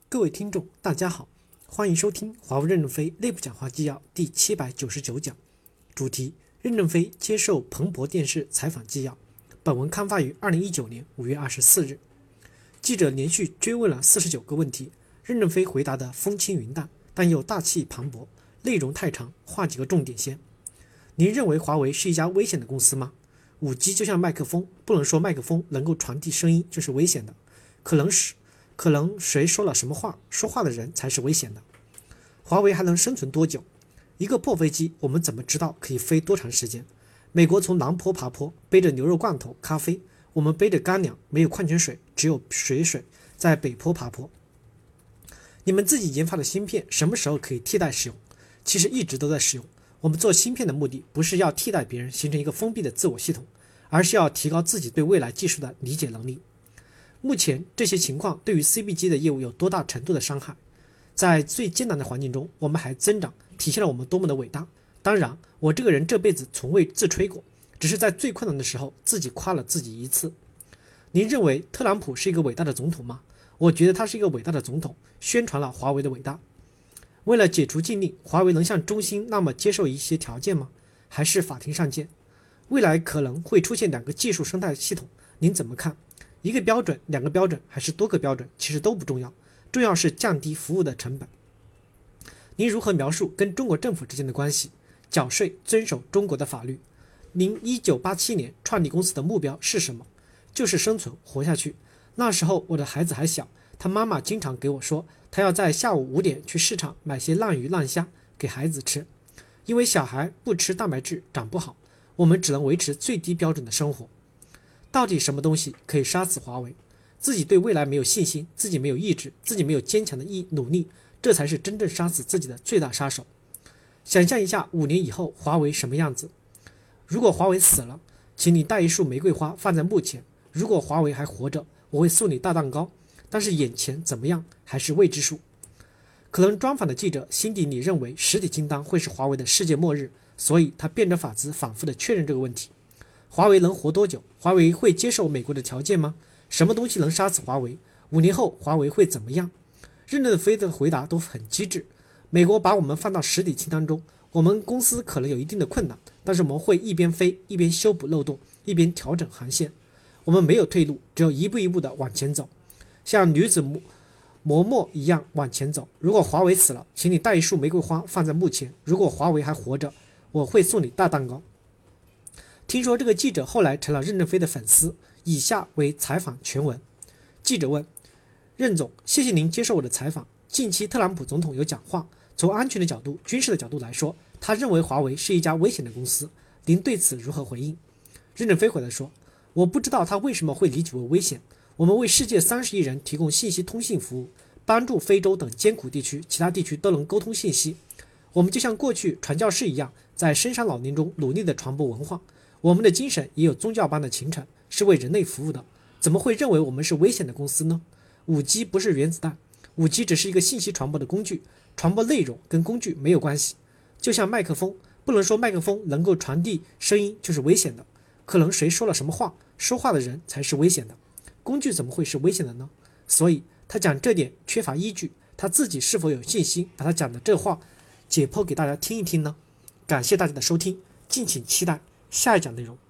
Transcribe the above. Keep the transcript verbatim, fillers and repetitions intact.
各位听众，大家好，欢迎收听华为任正非内部讲话纪要第七百九十九讲，主题：任正非接受彭博电视采访纪要。本文刊发于二零一九年五月二十四日。记者连续追问了四十九个问题，任正非回答的风轻云淡，但又大气磅礴，内容太长，划几个重点先。您认为华为是一家危险的公司吗？ 五 G 就像麦克风，不能说麦克风能够传递声音就是危险的，可能是可能谁说了什么话，说话的人才是危险的。华为还能生存多久？一个破飞机，我们怎么知道可以飞多长时间？美国从南坡爬坡，背着牛肉罐头、咖啡，我们背着干粮，没有矿泉水，只有水水，在北坡爬坡。你们自己研发的芯片什么时候可以替代使用？其实一直都在使用。我们做芯片的目的不是要替代别人，形成一个封闭的自我系统，而是要提高自己对未来技术的理解能力。目前这些情况对于 C B G 的业务有多大程度的伤害？在最艰难的环境中，我们还增长，体现了我们多么的伟大。当然，我这个人这辈子从未自吹过，只是在最困难的时候自己夸了自己一次。您认为特朗普是一个伟大的总统吗？我觉得他是一个伟大的总统，宣传了华为的伟大。为了解除禁令，华为能像中兴那么接受一些条件吗？还是法庭上见？未来可能会出现两个技术生态系统，您怎么看？一个标准、两个标准还是多个标准，其实都不重要，重要是降低服务的成本。您如何描述跟中国政府之间的关系？缴税，遵守中国的法律。您一九八七年创立公司的目标是什么？就是生存，活下去。那时候我的孩子还小，他妈妈经常给我说，他要在下午五点去市场买些烂鱼烂虾给孩子吃，因为小孩不吃蛋白质长不好，我们只能维持最低标准的生活。到底什么东西可以杀死华为？自己对未来没有信心，自己没有意志，自己没有坚强的意努力，这才是真正杀死自己的最大杀手。想象一下五年以后华为什么样子？如果华为死了，请你带一束玫瑰花放在墓前；如果华为还活着，我会送你大蛋糕。但是眼前怎么样还是未知数。可能专访的记者心底里认为实体清单会是华为的世界末日，所以他变着法子反复的确认这个问题。华为能活多久？华为会接受美国的条件吗？什么东西能杀死华为？五年后华为会怎么样？任正非的回答都很机智。美国把我们放到实体清单中，我们公司可能有一定的困难，但是我们会一边飞一边修补漏洞，一边调整航线。我们没有退路，只有一步一步的往前走，像女子嬷嬷一样往前走。如果华为死了，请你带一束玫瑰花放在墓前；如果华为还活着，我会送你大蛋糕。听说这个记者后来成了任正非的粉丝。以下为采访全文。记者问：任总，谢谢您接受我的采访。近期特朗普总统有讲话，从安全的角度、军事的角度来说，他认为华为是一家危险的公司，您对此如何回应？任正非回来说：我不知道他为什么会理解为危险。我们为世界三十亿人提供信息通信服务，帮助非洲等艰苦地区、其他地区都能沟通信息。我们就像过去传教士一样，在深山老林中努力地传播文化。我们的精神也有宗教般的虔诚，是为人类服务的。怎么会认为我们是危险的公司呢？ 五 G 不是原子弹， 五 G 只是一个信息传播的工具，传播内容跟工具没有关系。就像麦克风，不能说麦克风能够传递声音就是危险的，可能谁说了什么话，说话的人才是危险的。工具怎么会是危险的呢？所以他讲这点缺乏依据，他自己是否有信心把他讲的这话解剖给大家听一听呢？感谢大家的收听，敬请期待下一讲内容。